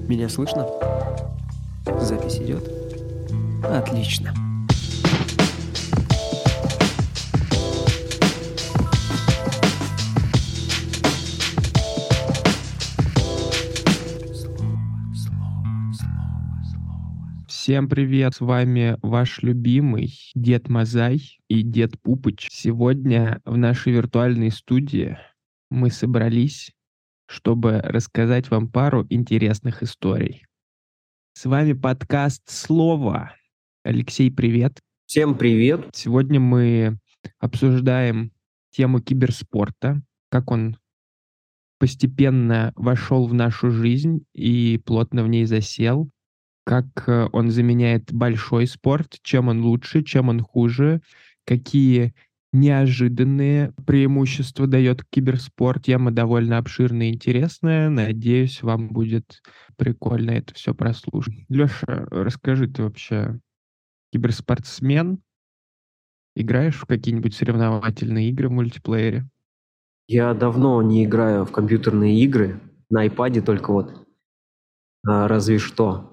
Меня слышно? Запись идет? Отлично. Всем привет, с вами ваш любимый Дед Мазай и Дед Пупыч. Сегодня в нашей виртуальной студии мы собрались, чтобы рассказать вам пару интересных историй. С вами подкаст «Слово». Алексей, привет. Всем привет. Сегодня мы обсуждаем тему киберспорта, как он постепенно вошел в нашу жизнь и плотно в ней засел, как он заменяет большой спорт, чем он лучше, чем он хуже, какие неожиданные преимущества дает киберспорт. Тема довольно обширная и интересная. Надеюсь, вам будет прикольно это все прослушать. Леша, расскажи, ты вообще киберспортсмен? Играешь в какие-нибудь соревновательные игры в мультиплеере? Я давно не играю в компьютерные игры, на айпаде только вот, разве что.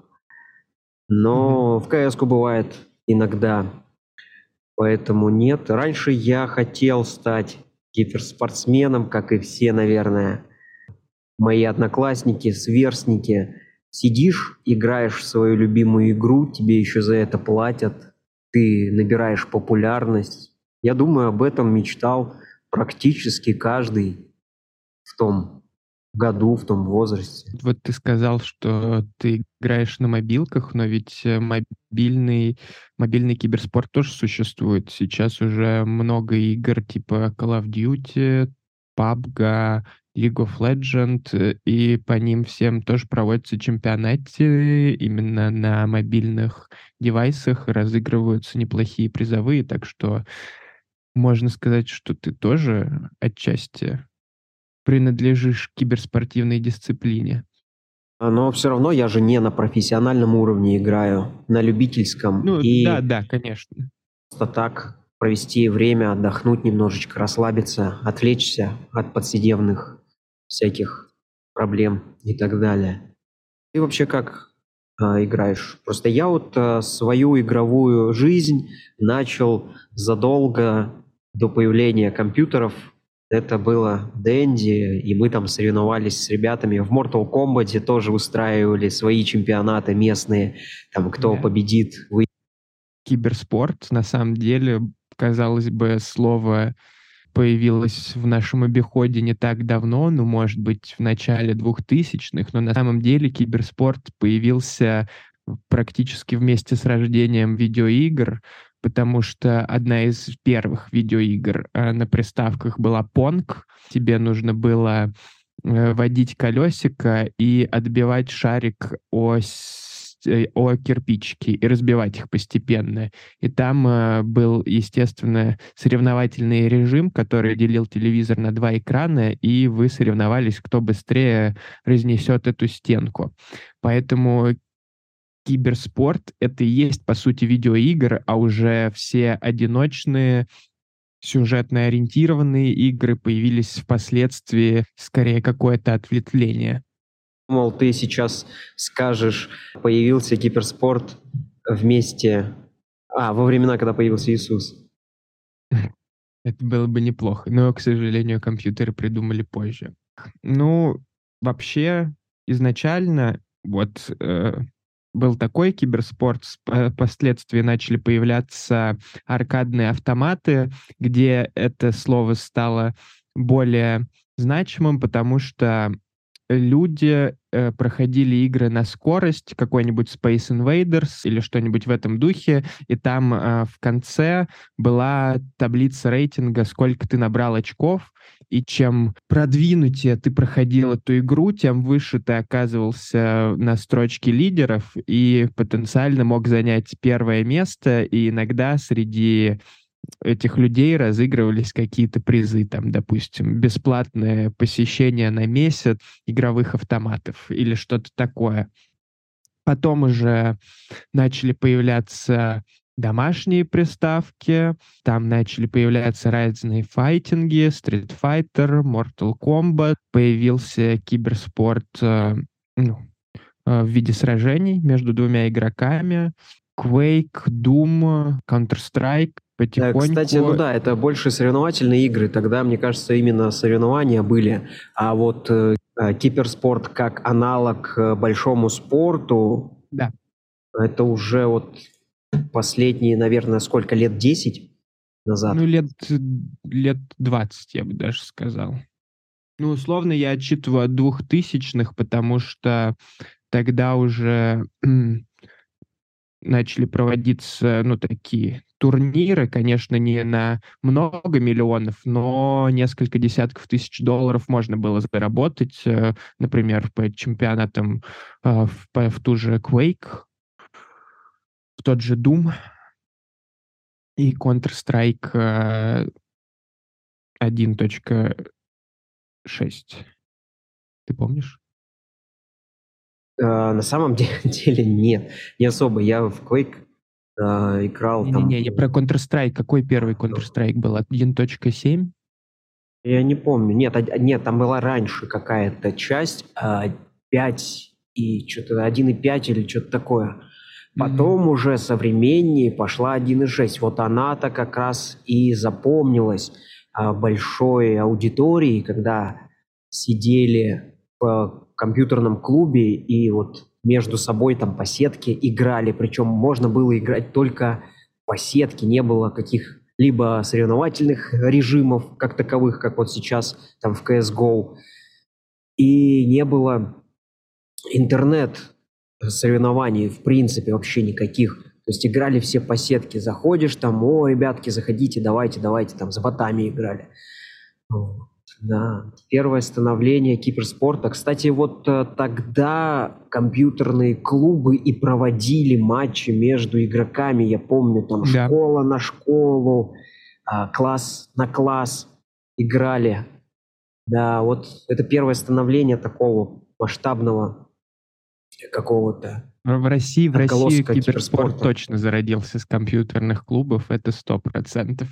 Но в КС-ку бывает иногда, поэтому нет. Раньше я хотел стать киберспортсменом, как и все, наверное, мои одноклассники, сверстники. Сидишь, играешь в свою любимую игру, тебе еще за это платят, ты набираешь популярность. Я думаю, об этом мечтал практически каждый в том году, в том возрасте. Вот ты сказал, что ты играешь на мобилках, но ведь мобильный киберспорт тоже существует. Сейчас уже много игр типа Call of Duty, PUBG, League of Legends, и по ним всем тоже проводятся чемпионаты именно на мобильных девайсах, разыгрываются неплохие призовые, так что можно сказать, что ты тоже отчасти принадлежишь к киберспортивной дисциплине. Но все равно я же не на профессиональном уровне играю, на любительском. Ну И да, конечно. просто так провести время, отдохнуть немножечко, расслабиться, отвлечься от повседневных всяких проблем и так далее. Ты вообще как играешь? Просто я вот свою игровую жизнь начал задолго до появления компьютеров. Это было Дэнди, и мы там соревновались с ребятами. В Mortal Kombat тоже устраивали свои чемпионаты местные, там кто Да. победит, вы. Киберспорт, на самом деле, казалось бы, слово появилось в нашем обиходе не так давно, ну, может быть, в начале 2000-х, но на самом деле киберспорт появился практически вместе с рождением видеоигр, потому что одна из первых видеоигр на приставках была Pong. Тебе нужно было водить колесико и отбивать шарик о кирпичики и разбивать их постепенно. И там был, естественно, соревновательный режим, который делил телевизор на два экрана, и вы соревновались, кто быстрее разнесет эту стенку. Поэтому киберспорт — это и есть, по сути, видеоигры, а уже все одиночные сюжетно ориентированные игры появились впоследствии, скорее, какое-то ответвление. Мол, ты сейчас скажешь, появился киберспорт во времена, когда появился Иисус. Это было бы неплохо, но, к сожалению, компьютеры придумали позже. Ну, вообще, изначально был такой киберспорт, впоследствии начали появляться аркадные автоматы, где это слово стало более значимым, потому что люди проходили игры на скорость, какой-нибудь Space Invaders или что-нибудь в этом духе, и там в конце была таблица рейтинга, сколько ты набрал очков, и чем продвинутее ты проходил эту игру, тем выше ты оказывался на строчке лидеров и потенциально мог занять первое место, и иногда среди этих людей разыгрывались какие-то призы, там, допустим, бесплатное посещение на месяц игровых автоматов или что-то такое. Потом уже начали появляться домашние приставки, там начали появляться разные файтинги, Street Fighter, Mortal Kombat, появился киберспорт, в виде сражений между двумя игроками. Quake, Doom, Counter-Strike Кстати, ну потихоньку. да, это больше соревновательные игры. Тогда, мне кажется, именно соревнования были. А вот киберспорт как аналог большому спорту, Да, это уже вот последние, наверное, сколько, лет 10 назад. ну лет 20, я бы даже сказал. Ну, условно, я отчитываю от 2000-х, потому что тогда уже начали проводиться, ну, такие турниры, конечно, не на много миллионов, но несколько десятков тысяч долларов можно было заработать, например, по чемпионатам, в ту же Quake, в тот же Doom и Counter-Strike 1.6. Ты помнишь? На самом деле нет, не особо. Я в Quake играл там. Не-не-не, я про Counter-Strike. Какой первый Counter-Strike был? 1.7? Я не помню. Нет, там была раньше какая-то часть, 5 и что-то 1.5 или что-то такое. Потом уже современнее пошла 1.6. Вот она-то как раз и запомнилась большой аудиторией, когда сидели в компьютерном клубе и вот между собой там по сетке играли. Причем можно было играть только по сетке, не было каких-либо соревновательных режимов как таковых, как вот сейчас там в CSGO. И не было интернет-соревнований в принципе вообще никаких. То есть играли все по сетке. Заходишь там, о, ребятки, заходите, давайте, там за ботами играли. Вот. Да, первое становление киберспорта. Кстати, вот тогда компьютерные клубы и проводили матчи между игроками. Я помню, там Да. школа на школу, класс на класс играли. Да, вот это первое становление такого масштабного какого-то В России отголоска киберспорт киберспорта. точно зародился с компьютерных клубов, это 100%.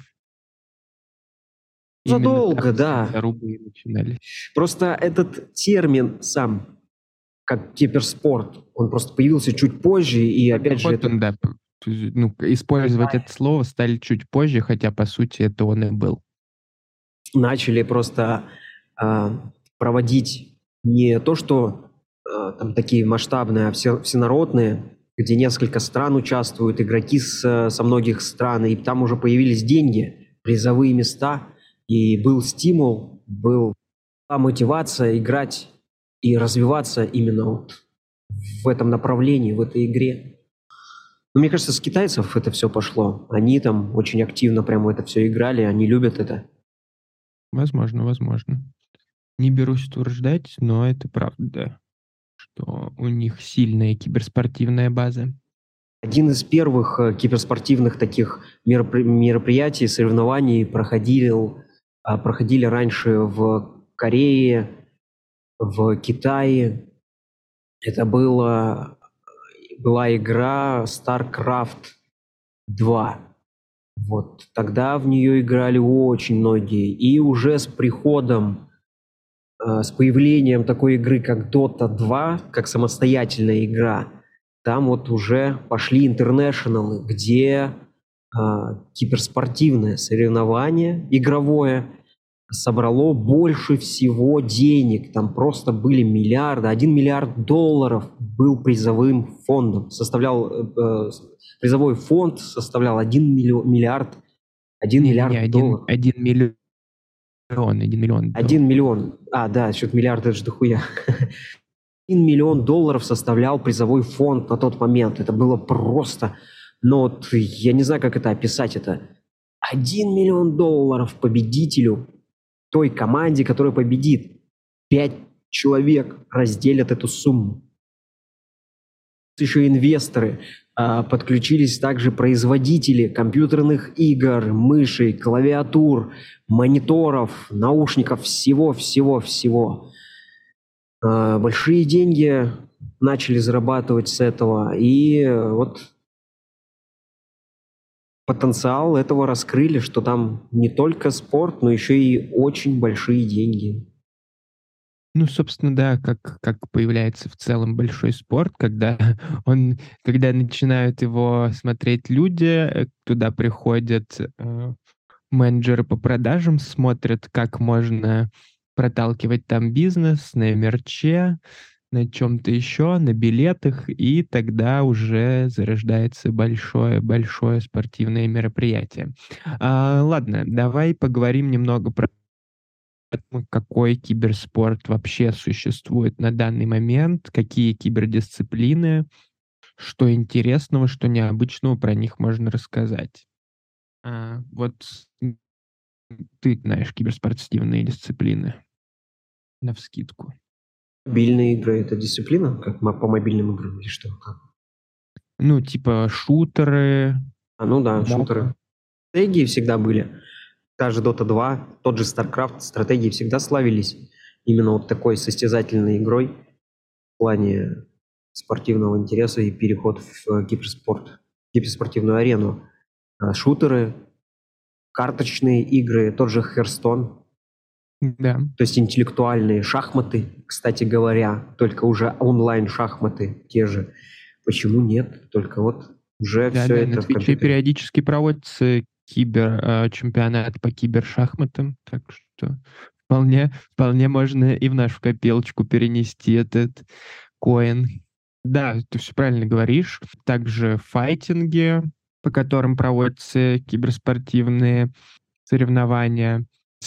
Именно Задолго, там да. все зарубы и начинались. Просто этот термин сам, как киберспорт, он просто появился чуть позже, и опять же Вот это он, да. Ну, использовать это слово стали чуть позже, хотя, по сути, это он и был. начали просто проводить не то, что там такие масштабные, а всенародные, где несколько стран участвуют, игроки со многих стран, и там уже появились деньги, призовые места, и был стимул, была мотивация играть и развиваться именно вот в этом направлении, в этой игре. Но мне кажется, с китайцев это все пошло. Они там очень активно прямо это все играли, они любят это. Возможно. Не берусь утверждать, но это правда, что у них сильная киберспортивная база. Один из первых киберспортивных таких мероприятий, соревнований проходили раньше в Корее, в Китае. Это была игра StarCraft 2. Вот тогда в нее играли очень многие. И уже с появлением такой игры, как Dota 2, как самостоятельная игра, там вот уже пошли интернешналы, где киберспортивное соревнование игровое собрало больше всего денег. Там просто были миллиарды. 1 миллиард долларов был призовым фондом. Призовой фонд составлял 1 миллиард долларов. 1 миллион. 1 миллион. Да, счет миллиард, это же дохуя. 1 миллион долларов составлял призовой фонд на тот момент. Это было просто... Но вот я не знаю, как это описать. Это 1 миллион долларов победителю, той команде, которая победит. 5 человек разделят эту сумму. Еще инвесторы. Подключились также производители компьютерных игр, мышей, клавиатур, мониторов, наушников, всего. Большие деньги начали зарабатывать с этого, и вот потенциал этого раскрыли, что там не только спорт, но еще и очень большие деньги. Ну, собственно, да, как появляется в целом большой спорт, когда когда начинают его смотреть люди, туда приходят, менеджеры по продажам, смотрят, как можно проталкивать там бизнес на мерче, на чем то еще, на билетах, и тогда уже зарождается большое-большое спортивное мероприятие. Ладно, давай поговорим немного про какой киберспорт вообще существует на данный момент, какие кибердисциплины, что интересного, что необычного про них можно рассказать. Вот ты знаешь киберспортивные дисциплины навскидку. Мобильные игры — это дисциплина, как по мобильным играм или что? Как? Ну, типа шутеры, Ну да, моба. шутеры. Стратегии всегда были. Та же Dota 2, тот же StarCraft, стратегии всегда славились именно вот такой состязательной игрой в плане спортивного интереса и переход в киберспорт, киберспортивную арену. Шутеры, карточные игры, тот же Hearthstone, Да, то есть интеллектуальные шахматы, кстати говоря, только уже онлайн-шахматы те же. Почему нет? Только вот уже все да-да, на это в "Твиче" компьютере. периодически проводится чемпионат по кибершахматам, так что вполне можно и в нашу копилочку перенести этот коин. Да, ты все правильно говоришь. Также файтинги, по которым проводятся киберспортивные соревнования.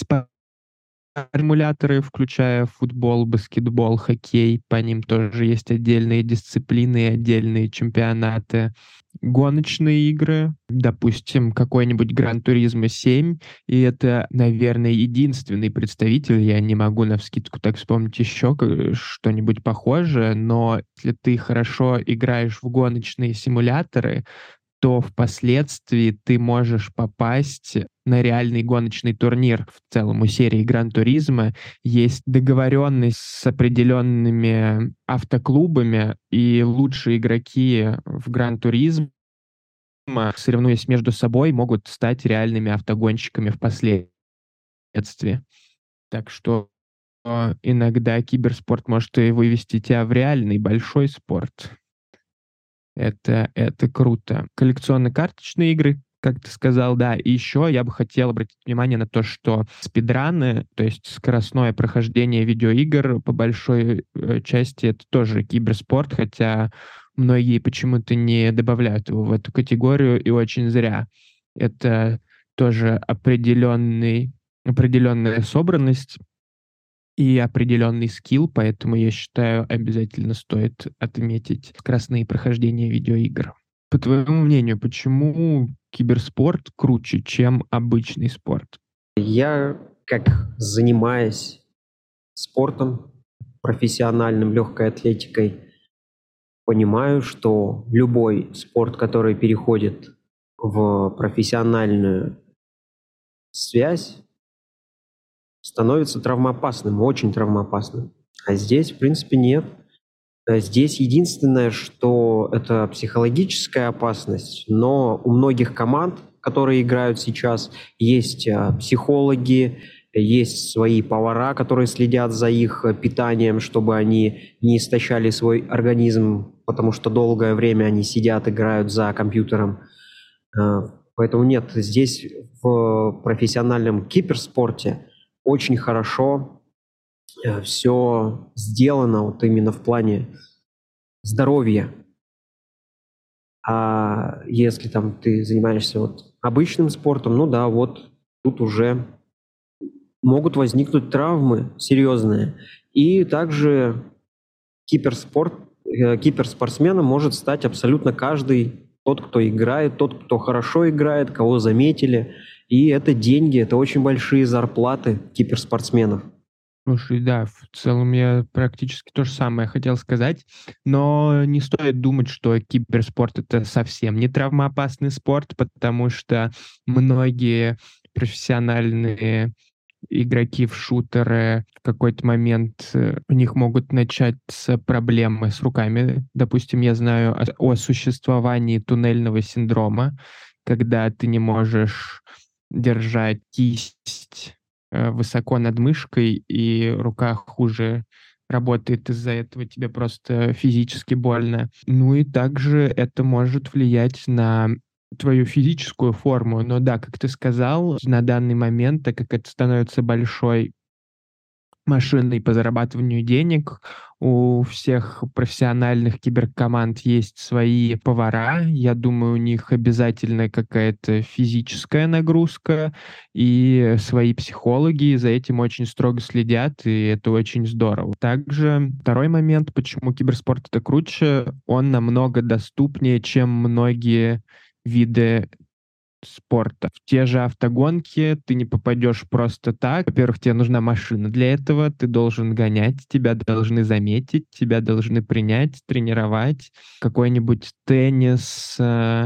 Эмуляторы, включая футбол, баскетбол, хоккей, по ним тоже есть отдельные дисциплины и отдельные чемпионаты. Гоночные игры, допустим, какой-нибудь Gran Turismo 7, и это, наверное, единственный представитель, я не могу навскидку так вспомнить еще что-нибудь похожее, но если ты хорошо играешь в гоночные симуляторы, то впоследствии ты можешь попасть на реальный гоночный турнир. В целом у серии Гран Туризмо есть договоренность с определенными автоклубами, и лучшие игроки в Гран Туризмо, соревнуясь между собой, могут стать реальными автогонщиками впоследствии. Так что иногда киберспорт может и вывести тебя в реальный большой спорт. Это круто. Коллекционно-карточные игры, как ты сказал, да. И еще я бы хотел обратить внимание на то, что спидраны, то есть скоростное прохождение видеоигр, по большой части это тоже киберспорт, хотя многие почему-то не добавляют его в эту категорию, и очень зря. Это тоже определенная собранность и определенный скилл, поэтому я считаю, обязательно стоит отметить скоростные прохождения видеоигр. По твоему мнению, почему киберспорт круче, чем обычный спорт? Я, как занимаясь спортом, профессиональным, легкой атлетикой, понимаю, что любой спорт, который переходит в профессиональную связь, становится травмоопасным, очень травмоопасным. А здесь, в принципе, нет. Здесь единственное, что это психологическая опасность, но у многих команд, которые играют сейчас, есть психологи, есть свои повара, которые следят за их питанием, чтобы они не истощали свой организм, потому что долгое время они сидят, играют за компьютером. Поэтому нет, здесь в профессиональном киберспорте очень хорошо все сделано вот именно в плане здоровья. А если там ты занимаешься вот обычным спортом, ну да, вот тут уже могут возникнуть серьезные. И также киберспортсменом может стать абсолютно каждый, тот, кто играет, тот, кто хорошо играет, кого заметили. И это деньги, это очень большие зарплаты киберспортсменов. Слушай, да, в целом я практически то же самое хотел сказать, но не стоит думать, что киберспорт — это совсем не травмоопасный спорт, потому что многие профессиональные игроки в шутеры в какой-то момент, у них могут начаться проблемы с руками. Допустим, я знаю о существовании туннельного синдрома, когда ты не можешь держать кисть высоко над мышкой, и рука хуже работает из-за этого, тебе просто физически больно. Ну и также это может влиять на твою физическую форму. Но да, как ты сказал, на данный момент, так как это становится большой машиной по зарабатыванию денег. У всех профессиональных киберкоманд есть свои повара. Я думаю, у них обязательно какая-то физическая нагрузка и свои психологи. И за этим очень строго следят, и это очень здорово. Также второй момент, почему киберспорт это круче, он намного доступнее, чем многие виды спорта. В те же автогонки ты не попадешь просто так. Во-первых, тебе нужна машина для этого, ты должен гонять, тебя должны заметить, тебя должны принять, тренировать. Какой-нибудь теннис,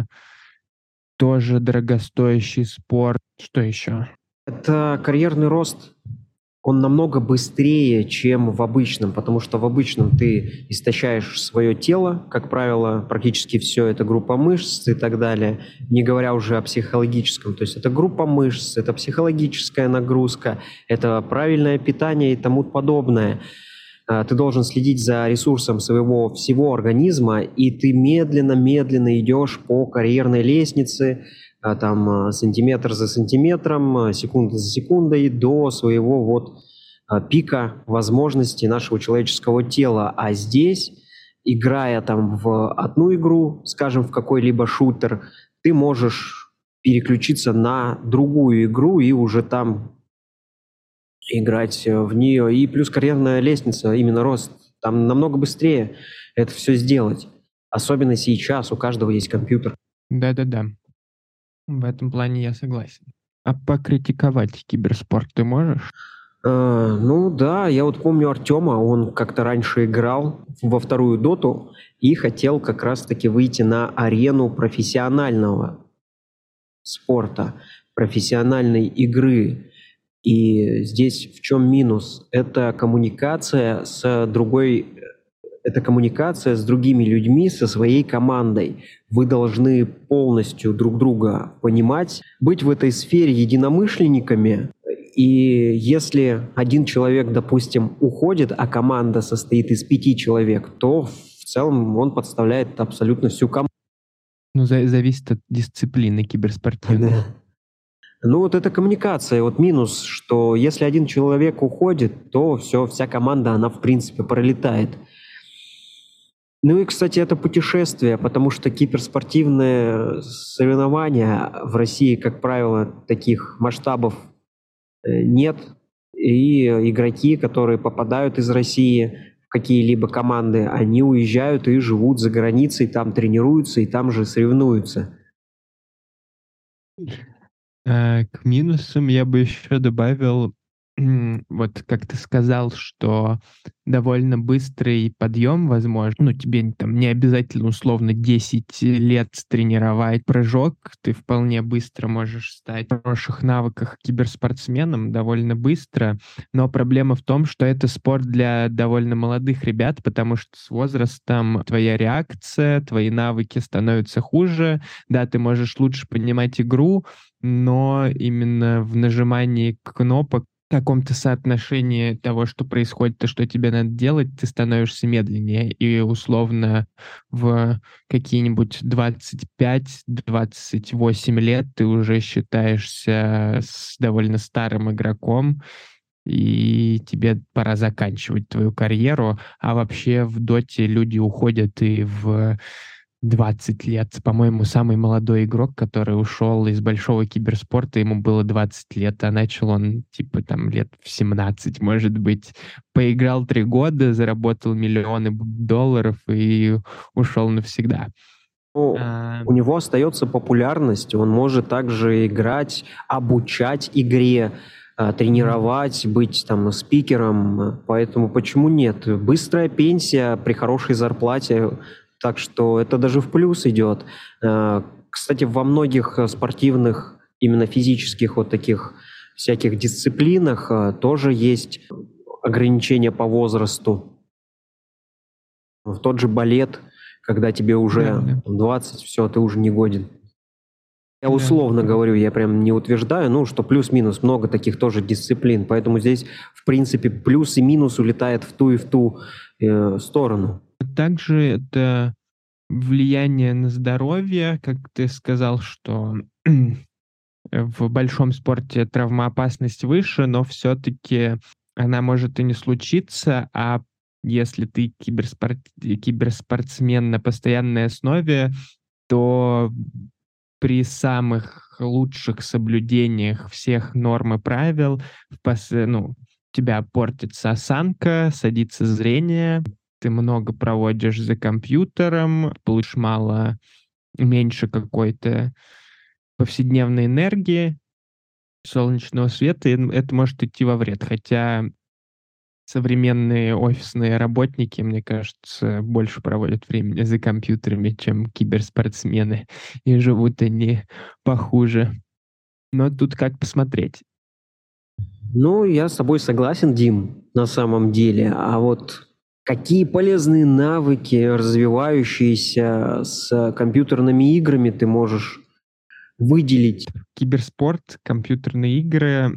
тоже дорогостоящий спорт. Что еще? Это карьерный рост, он намного быстрее, чем в обычном, потому что в обычном ты истощаешь свое тело, как правило, практически все это группа мышц и так далее, не говоря уже о психологическом. То есть это группа мышц, это психологическая нагрузка, это правильное питание и тому подобное. Ты должен следить за ресурсом своего всего организма, и ты медленно-медленно идешь по карьерной лестнице, там сантиметр за сантиметром, секунда за секундой до своего вот пика возможностей нашего человеческого тела. А здесь, играя там в одну игру, скажем, в какой-либо шутер, ты можешь переключиться на другую игру и уже там играть в нее. И плюс карьерная лестница, именно рост, там намного быстрее это все сделать. Особенно сейчас у каждого есть компьютер. Да-да-да. В этом плане я согласен. А покритиковать киберспорт ты можешь? Ну да, я вот помню Артема, он как-то раньше играл во вторую доту и хотел как раз-таки выйти на арену профессионального спорта, профессиональной игры. И здесь в чем минус? Это коммуникация с другими людьми, со своей командой. Вы должны полностью друг друга понимать, быть в этой сфере единомышленниками. И если один человек, допустим, уходит, а команда состоит из 5 человек, то в целом он подставляет абсолютно всю команду. Ну, зависит от дисциплины киберспортивной. Да. Ну вот это коммуникация. Вот минус, что если один человек уходит, то все, вся команда, она в принципе пролетает. Ну и, кстати, это путешествие, потому что киберспортивные соревнования в России, как правило, таких масштабов нет. И игроки, которые попадают из России в какие-либо команды, они уезжают и живут за границей, там тренируются и там же соревнуются. К минусам я бы еще добавил, вот как ты сказал, что довольно быстрый подъем возможен. Ну, тебе там не обязательно условно 10 лет тренировать прыжок, ты вполне быстро можешь стать в хороших навыках киберспортсменом довольно быстро, но проблема в том, что это спорт для довольно молодых ребят, потому что с возрастом твоя реакция, твои навыки становятся хуже, да, ты можешь лучше понимать игру, но именно в нажимании кнопок, в каком-то соотношении того, что происходит, то, что тебе надо делать, ты становишься медленнее. И условно в какие-нибудь 25-28 лет ты уже считаешься довольно старым игроком, и тебе пора заканчивать твою карьеру. А вообще в доте люди уходят и в 20 лет. По-моему, самый молодой игрок, который ушел из большого киберспорта, ему было 20 лет, а начал он, типа, там, лет в 17, может быть. Поиграл 3 года, заработал миллионы долларов и ушел навсегда. У него остается популярность, он может также играть, обучать игре, тренировать, быть там спикером, поэтому почему нет? Быстрая пенсия при хорошей зарплате, так что это даже в плюс идет. Кстати, во многих спортивных, именно физических вот таких всяких дисциплинах тоже есть ограничения по возрасту. В тот же балет, когда тебе уже 20, все, ты уже не годен. Я условно говорю, я прям не утверждаю, ну, что плюс-минус много таких тоже дисциплин, поэтому здесь, в принципе, плюс и минус улетает в ту и в ту сторону. Также это влияние на здоровье, как ты сказал, что в большом спорте травмоопасность выше, но все-таки она может и не случиться, а если ты киберспортсмен на постоянной основе, то при самых лучших соблюдениях всех норм и правил у тебя портится осанка, садится зрение, ты много проводишь за компьютером, получишь меньше какой-то повседневной энергии, солнечного света, и это может идти во вред. Хотя современные офисные работники, мне кажется, больше проводят времени за компьютерами, чем киберспортсмены, и живут они похуже. Но тут как посмотреть. Ну, я с тобой согласен, Дим, на самом деле. А вот какие полезные навыки, развивающиеся с компьютерными играми, ты можешь выделить? Киберспорт, компьютерные игры,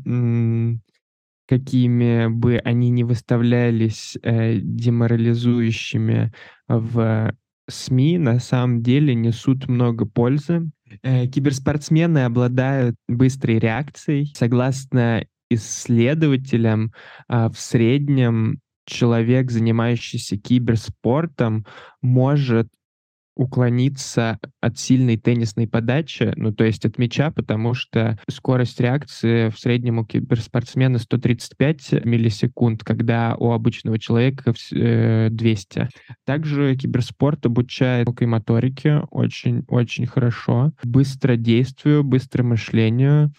какими бы они ни выставлялись деморализующими в СМИ, на самом деле несут много пользы. Киберспортсмены обладают быстрой реакцией. Согласно исследователям, в среднем человек, занимающийся киберспортом, может уклониться от сильной теннисной подачи, ну, то есть от мяча, потому что скорость реакции в среднем у киберспортсмена 135 миллисекунд, когда у обычного человека 200. Также киберспорт обучает мелкой моторике очень хорошо, быстродействию, быстромышлению,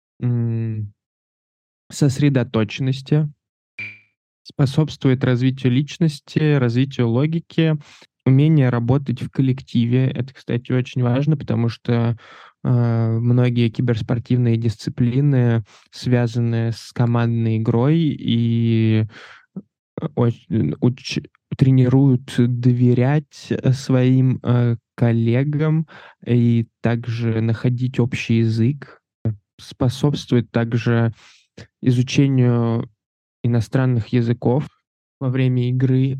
сосредоточенности, способствует развитию личности, развитию логики, умение работать в коллективе. Это, кстати, очень важно, потому что многие киберспортивные дисциплины связаны с командной игрой и тренируют доверять своим коллегам и также находить общий язык. Способствует также изучению иностранных языков во время игры.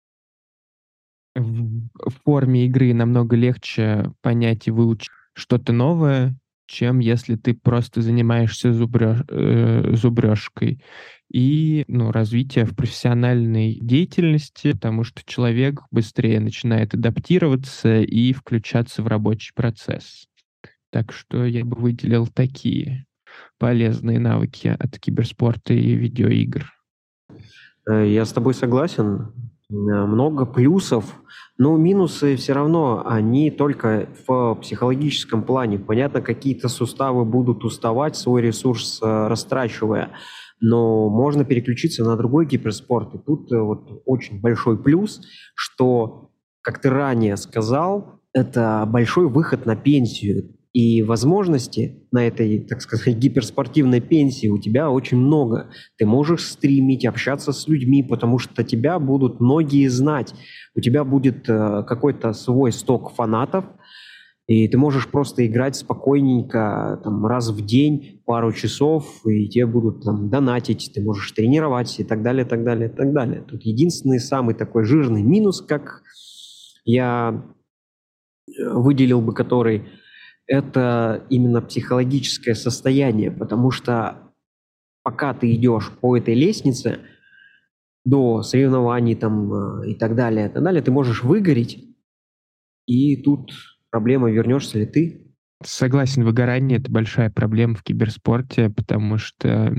В форме игры намного легче понять и выучить что-то новое, чем если ты просто занимаешься зубрежкой. И развитие в профессиональной деятельности, потому что человек быстрее начинает адаптироваться и включаться в рабочий процесс. Так что я бы выделил такие полезные навыки от киберспорта и видеоигр. Я с тобой согласен. Много плюсов, но минусы все равно, они только в психологическом плане. Понятно, какие-то суставы будут уставать, свой ресурс растрачивая, но можно переключиться на другой киберспорт. И тут вот очень большой плюс, что, как ты ранее сказал, это большой выход на пенсию. И возможностей на этой, так сказать, гиперспортивной пенсии у тебя очень много. Ты можешь стримить, общаться с людьми, потому что тебя будут многие знать. У тебя будет какой-то свой сток фанатов, и ты можешь просто играть спокойненько там, раз в день, пару часов, и тебе будут там донатить, ты можешь тренировать и так далее, так далее, так далее. Тут единственный самый такой жирный минус, как я выделил бы, который... это именно психологическое состояние, потому что пока ты идешь по этой лестнице до соревнований там, и так далее, ты можешь выгореть, и тут проблема, вернешься ли ты. Согласен, выгорание — это большая проблема в киберспорте, потому что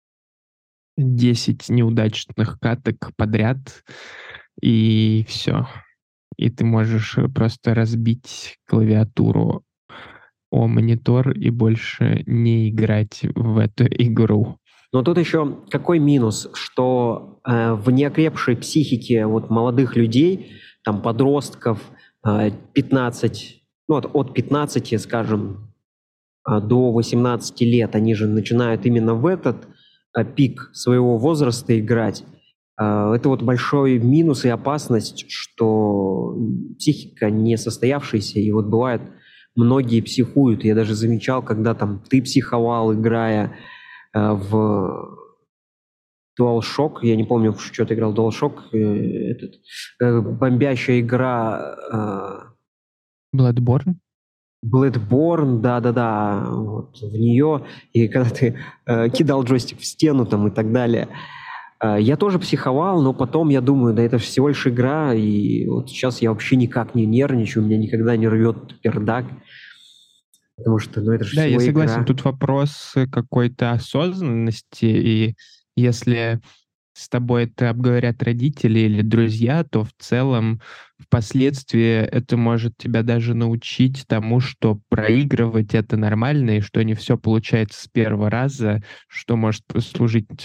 10 неудачных каток подряд, и все. И ты можешь просто разбить клавиатуру о монитор и больше не играть в эту игру. Но тут еще какой минус, что в неокрепшей психике вот молодых людей, там подростков, 15, от 15, скажем, до 18 лет, они же начинают именно в этот пик своего возраста играть. Это вот большой минус и опасность, что психика не состоявшаяся, и вот бывает многие психуют. Я даже замечал, когда там ты психовал, играя в DualShock, я не помню, в что ты играл, DualShock, бомбящая игра Bloodborne? Bloodborne, да-да-да, вот в нее, и когда ты кидал джойстик в стену там и так далее. Я тоже психовал, но потом я думаю, да это же всего лишь игра, и вот сейчас я вообще никак не нервничаю, меня никогда не рвет пердак, потому что, ну это же Да, я всего согласен, игра. тут вопрос какой-то осознанности, и если с тобой это обговорят родители или друзья, то в целом впоследствии это может тебя даже научить тому, что проигрывать это нормально, и что не все получается с первого раза, что может послужить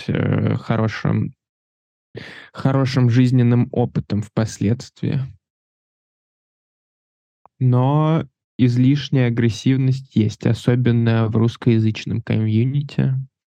хорошим жизненным опытом впоследствии. Но излишняя агрессивность есть, особенно в русскоязычном комьюнити.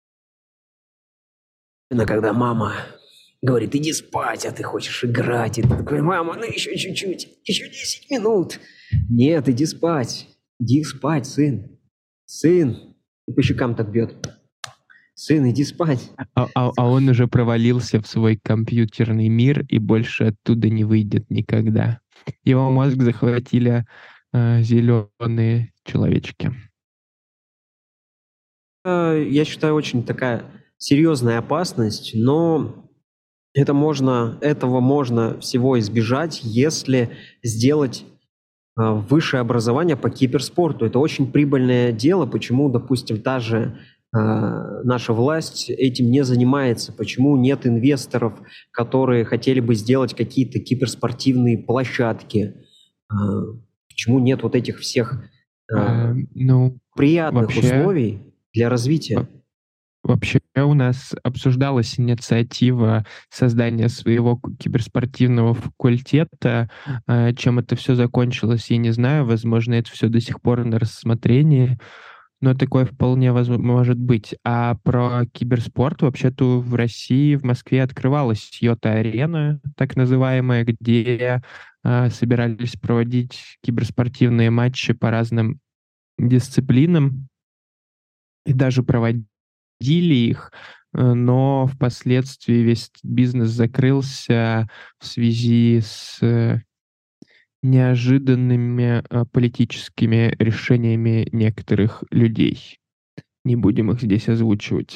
Но когда мама говорит, иди спать, а ты хочешь играть, и ты такой, мама, ну еще чуть-чуть, еще 10 минут. Нет, иди спать, сын, и по щекам так бьет. Сын, иди спать. А он уже провалился в свой компьютерный мир и больше оттуда не выйдет никогда. Его мозг захватили зеленые человечки. Я считаю, очень такая серьезная опасность, но этого можно всего избежать, если сделать высшее образование по киберспорту. Это очень прибыльное дело. Почему, допустим, та же наша власть этим не занимается? Почему нет инвесторов, которые хотели бы сделать какие-то киберспортивные площадки? Почему нет вот этих всех Ну, приятных вообще- условий для развития? Вообще у нас обсуждалась инициатива создания своего киберспортивного факультета. Чем это все закончилось, я не знаю. Возможно, это все до сих пор на рассмотрении, но такое вполне может быть. А про киберспорт вообще-то в России, в Москве открывалась Йота-арена, так называемая, где собирались проводить киберспортивные матчи по разным дисциплинам и даже проводили их, но впоследствии весь этот бизнес закрылся в связи с неожиданными политическими решениями некоторых людей. Не будем их здесь озвучивать.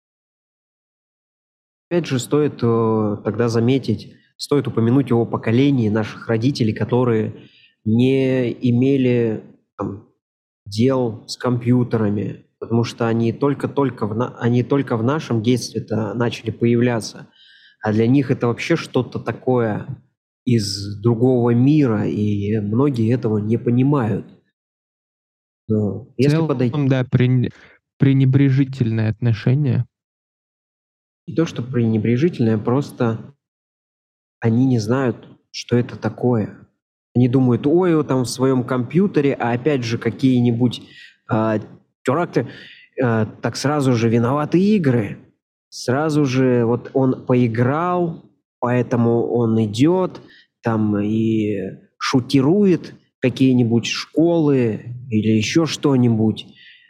Опять же, стоит тогда заметить, стоит упомянуть о поколении наших родителей, которые не имели там, дел с компьютерами, потому что они только в нашем детстве-то начали появляться, а для них это вообще что-то такое из другого мира, и многие этого не понимают. Но В если целом, подойти, да, пренебрежительное отношение. не то что пренебрежительное, просто они не знают, что это такое. Они думают, ой, вот там в своем компьютере, а опять же какие-нибудь теракты, так сразу же виноваты игры. Сразу же вот он поиграл, поэтому он идет там и шутирует какие-нибудь школы или еще что-нибудь.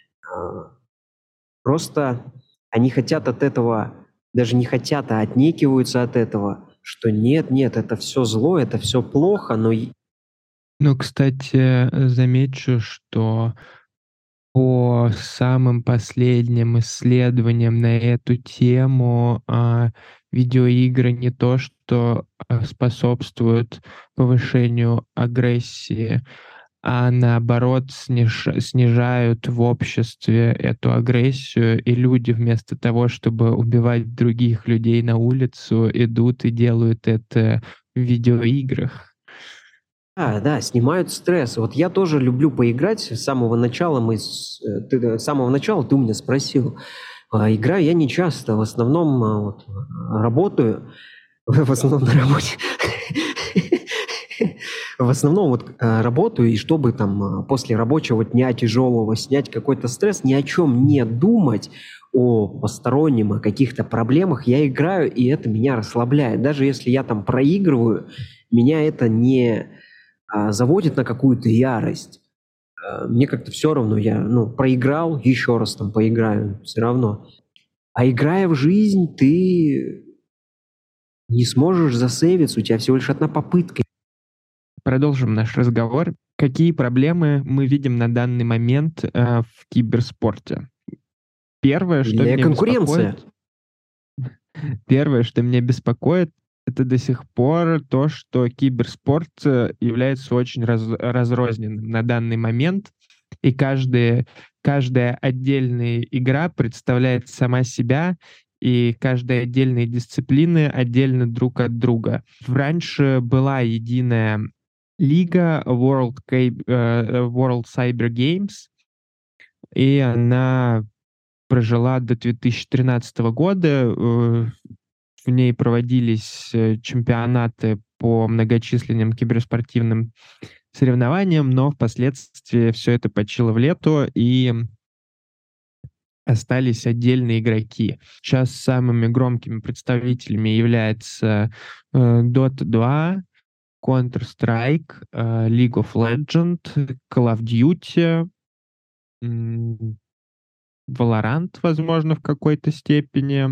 Просто они хотят от этого, даже не хотят, а отнекиваются от этого, что нет, это все зло, это все плохо, но Ну, кстати, замечу, что по самым последним исследованиям на эту тему, видеоигры не то что способствуют повышению агрессии, а наоборот снижают в обществе эту агрессию, и люди вместо того, чтобы убивать других людей на улицу, идут и делают это в видеоиграх. Да, снимают стресс. Вот я тоже люблю поиграть с самого начала. С самого начала ты у меня спросил. Играю я не часто, в основном работаю, в основном на работе. В основном работаю, и чтобы там после рабочего дня тяжелого снять какой-то стресс, ни о чем не думать, о постороннем, о каких-то проблемах, я играю, и это меня расслабляет. Даже если я там проигрываю, меня это не заводит на какую-то ярость. мне как-то все равно, я, проиграл, еще раз там поиграю, все равно. А играя в жизнь, ты не сможешь засейвиться, у тебя всего лишь одна попытка. Продолжим наш разговор. Какие проблемы мы видим на данный момент в киберспорте? Первое, что Или меня конкуренция. Первое, что меня беспокоит, это до сих пор то, что киберспорт является очень разрозненным на данный момент, и каждая отдельная игра представляет сама себя, и каждая отдельные дисциплины отдельно друг от друга. Раньше была единая лига World Cyber Games, и она прожила до 2013 года. В ней проводились чемпионаты по многочисленным киберспортивным соревнованиям, но впоследствии все это почило в лету, и остались отдельные игроки. Сейчас самыми громкими представителями являются Dota 2, Counter-Strike, League of Legends, Call of Duty, Valorant, возможно, в какой-то степени.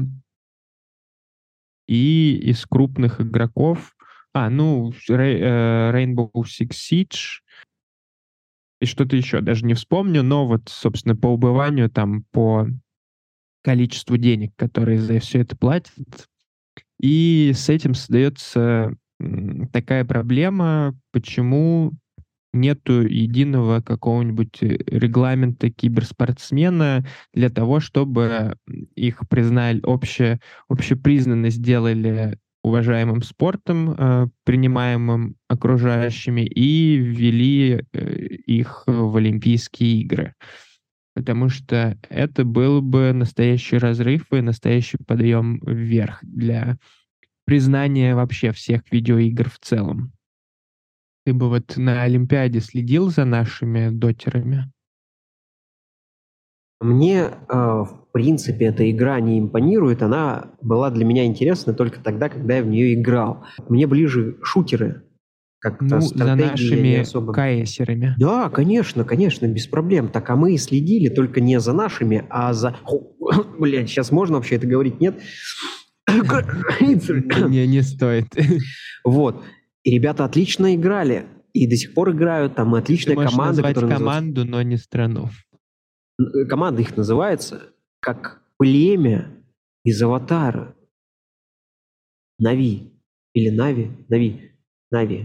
И из крупных игроков... Rainbow Six Siege и что-то еще, даже не вспомню, но вот, собственно, по убыванию, там, по количеству денег, которые за все это платят. И с этим создается такая проблема, почему нету единого какого-нибудь регламента киберспортсмена для того, чтобы их признали, общепризнанно сделали уважаемым спортом, принимаемым окружающими, и ввели их в Олимпийские игры. Потому что это был бы настоящий разрыв и настоящий подъем вверх для признания вообще всех видеоигр в целом. Ты бы вот на Олимпиаде следил за нашими дотерами? Мне, в принципе, эта игра не импонирует. Она была для меня интересна только тогда, когда я в нее играл. Мне ближе шутеры. Как-то За стратегии не нашими особо. КСерами. Да, конечно, без проблем. Так, а мы следили только не за нашими, а за... Блядь, сейчас можно вообще это говорить, нет? Не стоит. Вот. И ребята отлично играли. И до сих пор играют. Там отличная Ты можешь команда, назвать которая команду, но не страну. команда их называется как племя из Аватара. Нави. Или Нави? Нави.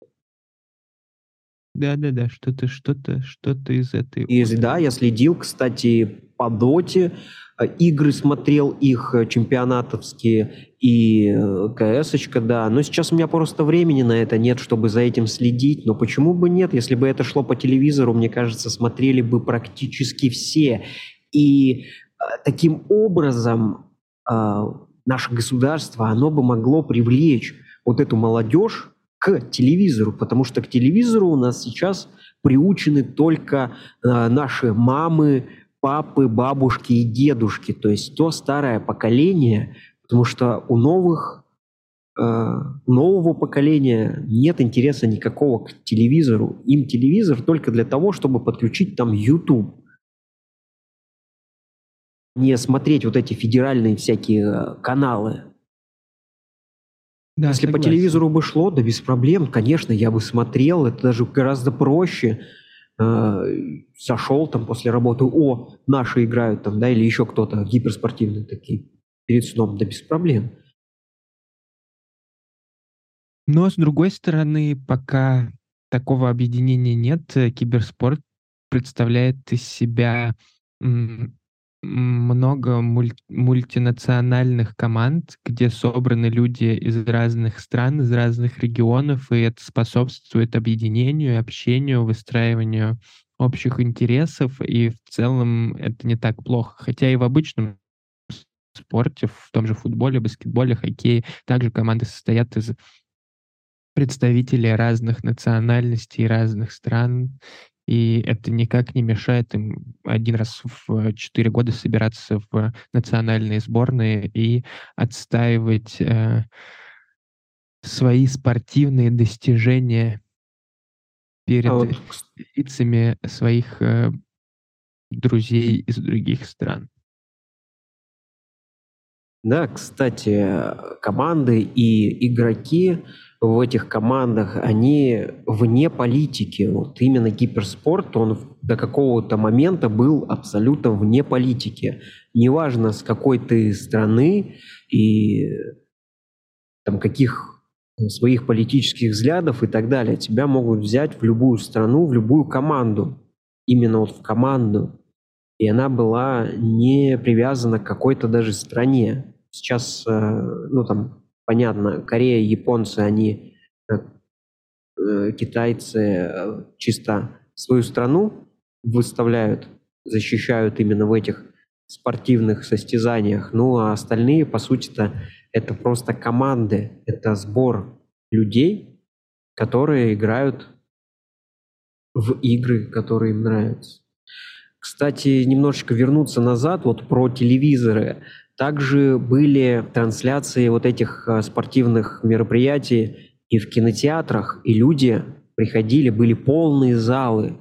Да, что-то из этой Да, я следил, кстати, по Доте, игры смотрел их чемпионатовские и КС-очка, да. Но сейчас у меня просто времени на это нет, чтобы за этим следить. Но почему бы нет? Если бы это шло по телевизору, мне кажется, смотрели бы практически все. И таким образом наше государство, оно бы могло привлечь вот эту молодежь к телевизору, потому что к телевизору у нас сейчас приучены только наши мамы, папы, бабушки и дедушки, то есть то старое поколение, потому что у нового поколения нет интереса никакого к телевизору. Им телевизор только для того, чтобы подключить там YouTube. Не смотреть вот эти федеральные всякие каналы. Да, Если по согласен. телевизору бы шло, да без проблем, конечно, я бы смотрел, это даже гораздо проще. Сошел там после работы, наши играют там, да, или еще кто-то, гиперспортивные такие, перед сном, да без проблем. Но, с другой стороны, пока такого объединения нет, киберспорт представляет из себя много мультинациональных команд, где собраны люди из разных стран, из разных регионов, и это способствует объединению, общению, выстраиванию общих интересов, и в целом это не так плохо. Хотя и в обычном спорте, в том же футболе, баскетболе, хоккее, также команды состоят из представителей разных национальностей, разных стран, и это никак не мешает им один раз в 4 года собираться в национальные сборные и отстаивать свои спортивные достижения А вот, перед лицами своих друзей из других стран. да, кстати, команды и игроки в этих командах, они вне политики. Вот именно киберспорт, он до какого-то момента был абсолютно вне политики. Неважно, с какой ты страны и там каких своих политических взглядов и так далее. Тебя могут взять в любую страну, в любую команду. Именно вот в команду. И она была не привязана к какой-то даже стране. Сейчас, ну там, понятно, Корея, японцы, они, китайцы чисто свою страну выставляют, защищают именно в этих спортивных состязаниях. Ну а остальные, по сути-то, это просто команды, это сбор людей, которые играют в игры, которые им нравятся. Кстати, немножечко вернуться назад, вот про телевизоры. Также были трансляции вот этих спортивных мероприятий и в кинотеатрах, и люди приходили, были полные залы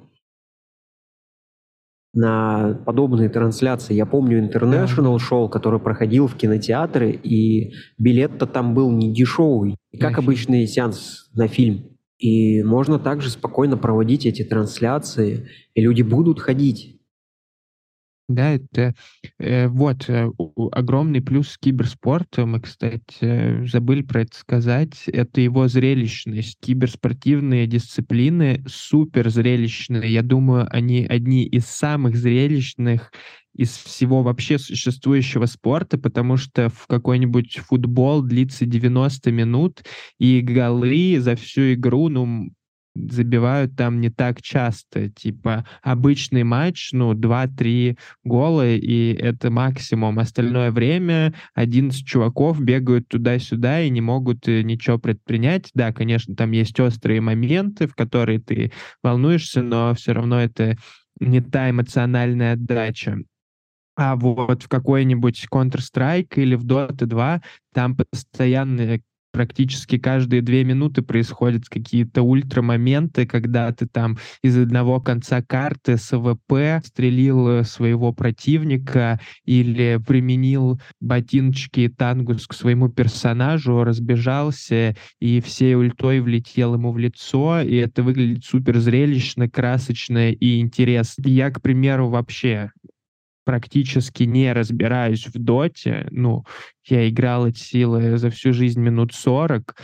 на подобные трансляции. Я помню International шоу, который проходил в кинотеатры, и билет-то там был не дешевый, как обычный сеанс на фильм. И можно также спокойно проводить эти трансляции, и люди будут ходить. Да, это огромный плюс киберспорта. Мы, кстати, забыли про это сказать. Это его зрелищность. Киберспортивные дисциплины супер зрелищные. Я думаю, они одни из самых зрелищных из всего вообще существующего спорта, потому что в какой-нибудь футбол длится 90 минут, и голы за всю игру, забивают там не так часто. Типа обычный матч, 2-3 гола, и это максимум. Остальное время 11 чуваков бегают туда-сюда и не могут ничего предпринять. Да, конечно, там есть острые моменты, в которые ты волнуешься, но все равно это не та эмоциональная отдача. А вот в какой-нибудь Counter-Strike или в Dota 2 там постоянно практически каждые 2 минуты происходят какие-то ультрамоменты, когда ты там из одного конца карты с АВП стрелил своего противника или применил ботиночки и тангус к своему персонажу, разбежался и всей ультой влетел ему в лицо, и это выглядит супер зрелищно, красочно и интересно. Я, к примеру, вообще практически не разбираюсь в доте. Я играл эти силы за всю жизнь минут 40.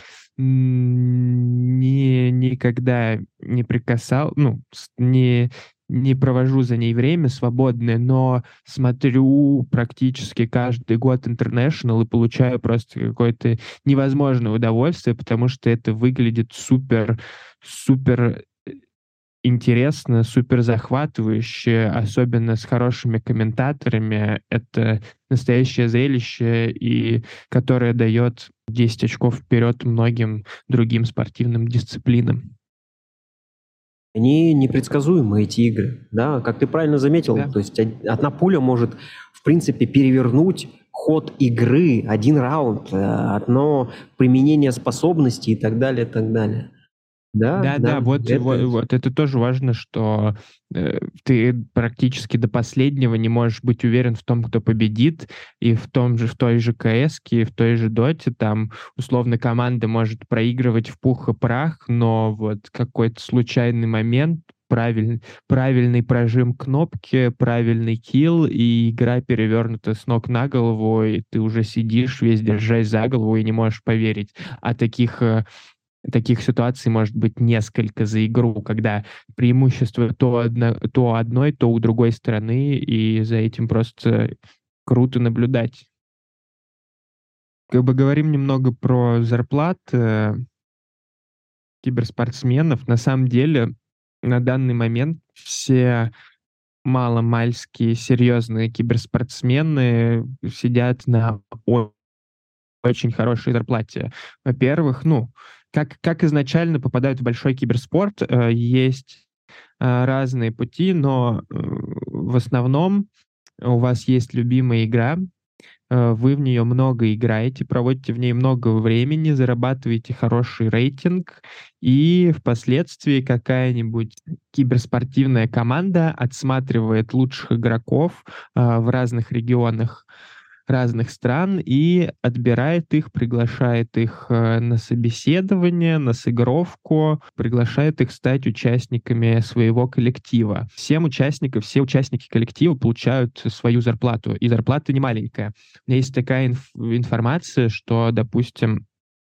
Никогда не прикасал, не провожу за ней время свободное, но смотрю практически каждый год International и получаю просто какое-то невозможное удовольствие, потому что это выглядит супер, супер интересно, супер захватывающе, особенно с хорошими комментаторами. Это настоящее зрелище, и которое дает 10 очков вперед многим другим спортивным дисциплинам. Они непредсказуемы, эти игры, да, как ты правильно заметил, Да. то есть одна пуля может, в принципе, перевернуть ход игры, один раунд, одно применение способностей и так далее, и так далее. Да, Да, вот это это тоже важно, что ты практически до последнего не можешь быть уверен в том, кто победит, и в той же КС-ке, в той же Доте, там, условно, команда может проигрывать в пух и прах, но вот какой-то случайный момент, правильный прожим кнопки, правильный килл, и игра перевернута с ног на голову, и ты уже сидишь весь держась за голову и не можешь поверить. А таких ситуаций может быть несколько за игру, когда преимущество то одной, то у другой стороны, и за этим просто круто наблюдать. Как бы говорим немного про зарплаты киберспортсменов. На самом деле, на данный момент все маломальские серьезные киберспортсмены сидят на очень хорошей зарплате. Во-первых, как изначально попадают в большой киберспорт, есть разные пути, но в основном у вас есть любимая игра, вы в нее много играете, проводите в ней много времени, зарабатываете хороший рейтинг, и впоследствии какая-нибудь киберспортивная команда отсматривает лучших игроков в разных регионах разных стран и отбирает их, приглашает их на собеседование, на сыгровку, приглашает их стать участниками своего коллектива. Все участники коллектива получают свою зарплату, и зарплата не маленькая. У меня есть такая информация, что, допустим,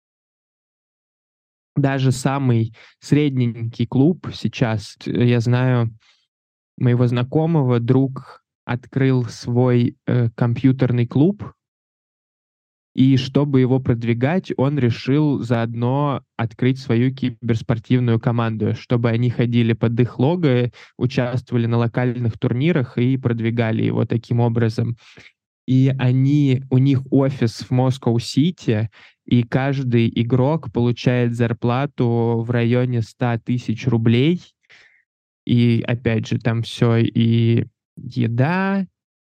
даже самый средненький клуб сейчас, я знаю, моего знакомого друг открыл свой компьютерный клуб, и чтобы его продвигать, он решил заодно открыть свою киберспортивную команду, чтобы они ходили под их лого, участвовали на локальных турнирах и продвигали его таким образом. И у них офис в Москва-Сити, и каждый игрок получает зарплату в районе 100 тысяч рублей. И опять же, там все и еда,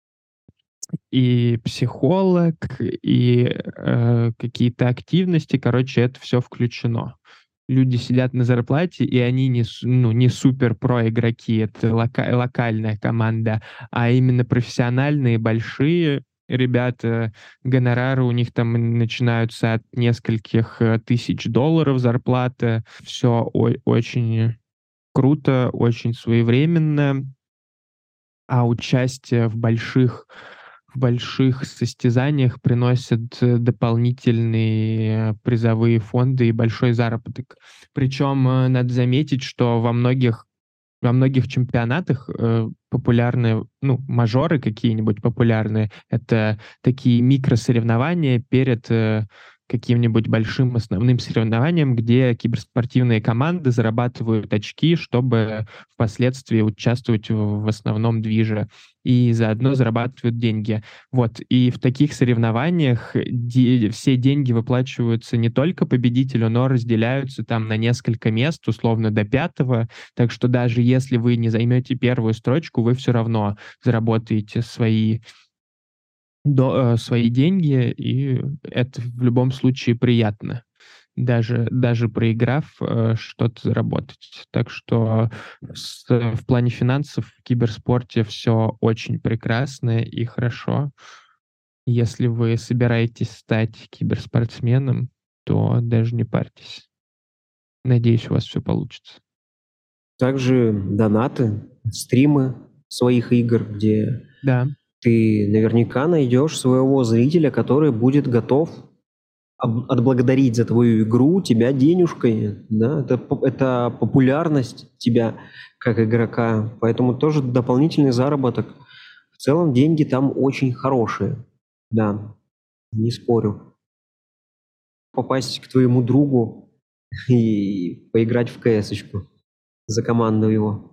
и психолог, и какие-то активности. Короче, это все включено. Люди сидят на зарплате, и они не супер-про игроки, это локальная команда, а именно профессиональные, большие ребята. Гонорары у них там начинаются от нескольких тысяч долларов зарплата. Все очень круто, очень своевременно. А участие в больших состязаниях приносит дополнительные призовые фонды и большой заработок. Причем надо заметить, что во многих чемпионатах популярные, мажоры какие-нибудь популярные, это такие микросоревнования перед каким-нибудь большим основным соревнованием, где киберспортивные команды зарабатывают очки, чтобы впоследствии участвовать в основном движе, и заодно зарабатывают деньги. Вот. И в таких соревнованиях все деньги выплачиваются не только победителю, но разделяются там на несколько мест, условно до 5-го. Так что даже если вы не займете первую строчку, вы все равно заработаете свои деньги, и это в любом случае приятно. Даже проиграв, что-то заработать. Так что в плане финансов в киберспорте все очень прекрасно и хорошо. Если вы собираетесь стать киберспортсменом, то даже не парьтесь. Надеюсь, у вас все получится. Также донаты, стримы своих игр, где Да. ты наверняка найдешь своего зрителя, который будет готов отблагодарить за твою игру тебя денежкой. Да? Это популярность тебя как игрока, поэтому тоже дополнительный заработок. В целом деньги там очень хорошие, да, не спорю. Попасть к твоему другу и поиграть в КС-очку за команду его.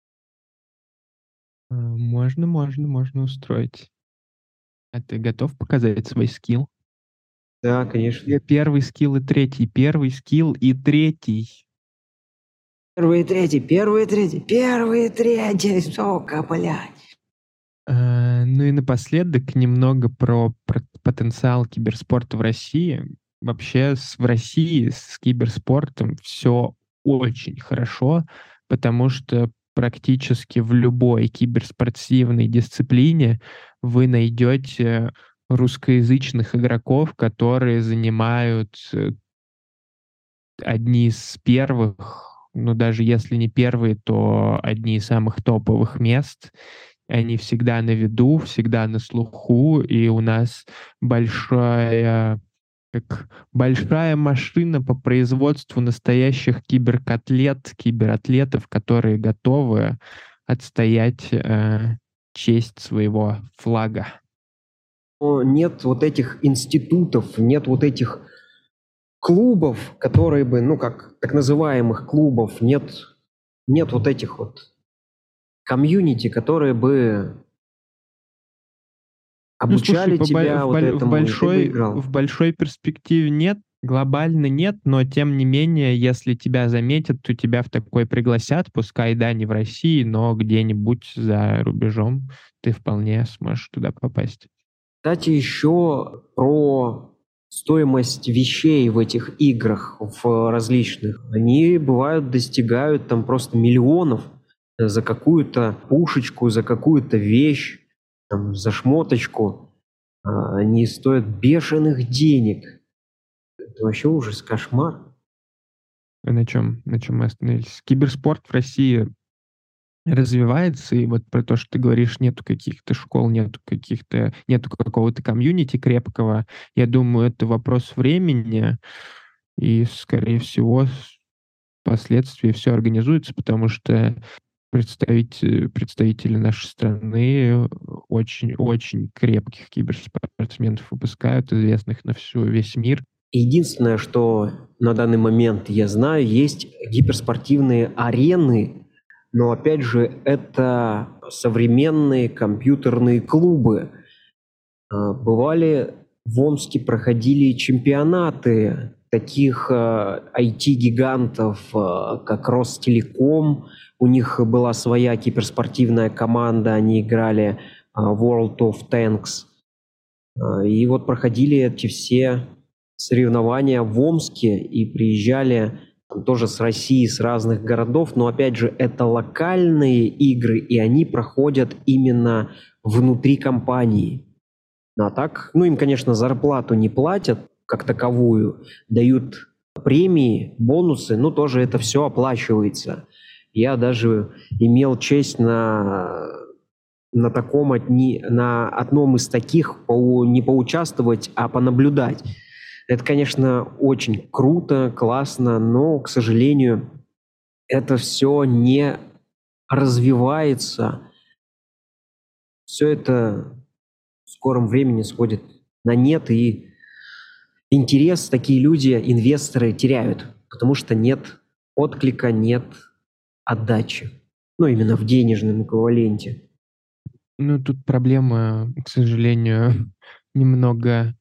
Можно устроить. А ты готов показать свой скилл? Да, конечно. Первый скилл и третий. Первый скилл и третий. Первый и третий, сука, блядь. Ну и напоследок немного про потенциал киберспорта в России. Вообще в России с киберспортом все очень хорошо, потому что практически в любой киберспортивной дисциплине вы найдете русскоязычных игроков, которые занимают одни из первых, даже если не первые, то одни из самых топовых мест. Они всегда на виду, всегда на слуху, и у нас большая машина по производству настоящих кибератлетов, которые готовы отстоять честь своего флага. Но нет вот этих институтов, нет вот этих клубов, которые бы, как так называемых клубов, нет вот этих вот комьюнити, которые бы обучали тебя вот этому, и ты бы играл. В большой перспективе нет, глобально нет, но тем не менее, если тебя заметят, то тебя в такой пригласят, пускай, да, не в России, но где-нибудь за рубежом ты вполне сможешь туда попасть. Кстати, еще про стоимость вещей в этих играх, в различных. Они бывают достигают там просто миллионов за какую-то пушечку, за какую-то вещь, там, за шмоточку. Они стоят бешеных денег. Это вообще ужас, кошмар. На чем мы остановились? Киберспорт в России развивается, и вот про то, что ты говоришь, нету каких-то школ, нету какого-то комьюнити крепкого. Я думаю, это вопрос времени, и, скорее всего, впоследствии все организуется, потому что представители нашей страны очень-очень крепких киберспортсменов выпускают, известных на весь мир. Единственное, что на данный момент я знаю, есть гиперспортивные арены, но опять же это современные компьютерные клубы. Бывали в Омске, проходили чемпионаты таких IT-гигантов, как Ростелеком. У них была своя киберспортивная команда, они играли World of Tanks. И вот проходили эти все соревнования в Омске и приезжали там тоже с России, с разных городов, но опять же это локальные игры, и они проходят именно внутри компании. А так, им, конечно, зарплату не платят как таковую, дают премии, бонусы, тоже это все оплачивается. Я даже имел честь на одном из таких не поучаствовать, а понаблюдать. Это, конечно, очень круто, классно, но, к сожалению, это все не развивается. Все это в скором времени сходит на нет, и интерес такие люди, инвесторы, теряют, потому что нет отклика, нет отдачи. Именно в денежном эквиваленте. Тут проблема, к сожалению, немного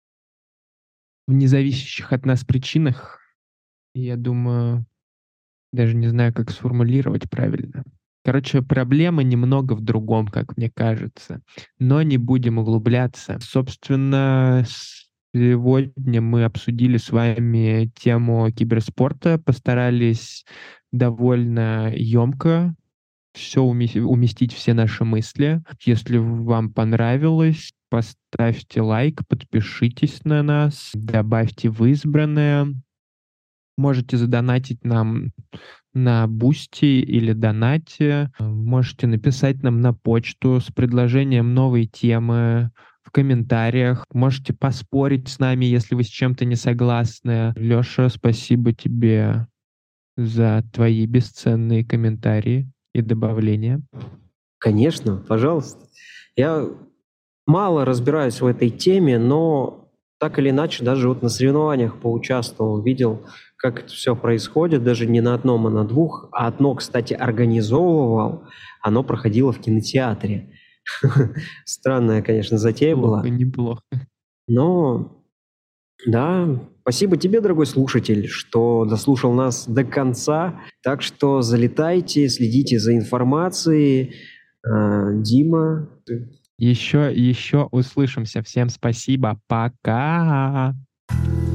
в независящих от нас причинах. Я думаю, даже не знаю, как сформулировать правильно. Короче, проблема немного в другом, как мне кажется. Но не будем углубляться. Собственно, сегодня мы обсудили с вами тему киберспорта, постарались довольно емко все уместить все наши мысли. Если вам понравилось, поставьте лайк, подпишитесь на нас, добавьте в избранное. Можете задонатить нам на Бусти или Донате. Можете написать нам на почту с предложением новой темы в комментариях. Можете поспорить с нами, если вы с чем-то не согласны. Леша, спасибо тебе за твои бесценные комментарии и добавления. Конечно, пожалуйста. Я мало разбираюсь в этой теме, но так или иначе даже на соревнованиях поучаствовал, видел, как это все происходит, даже не на одном, а на двух. А одно, кстати, организовывал, оно проходило в кинотеатре. Странная, конечно, затея была. Неплохо. Но, да, спасибо тебе, дорогой слушатель, что дослушал нас до конца. Так что залетайте, следите за информацией. Дима. Еще услышимся. Всем спасибо. Пока.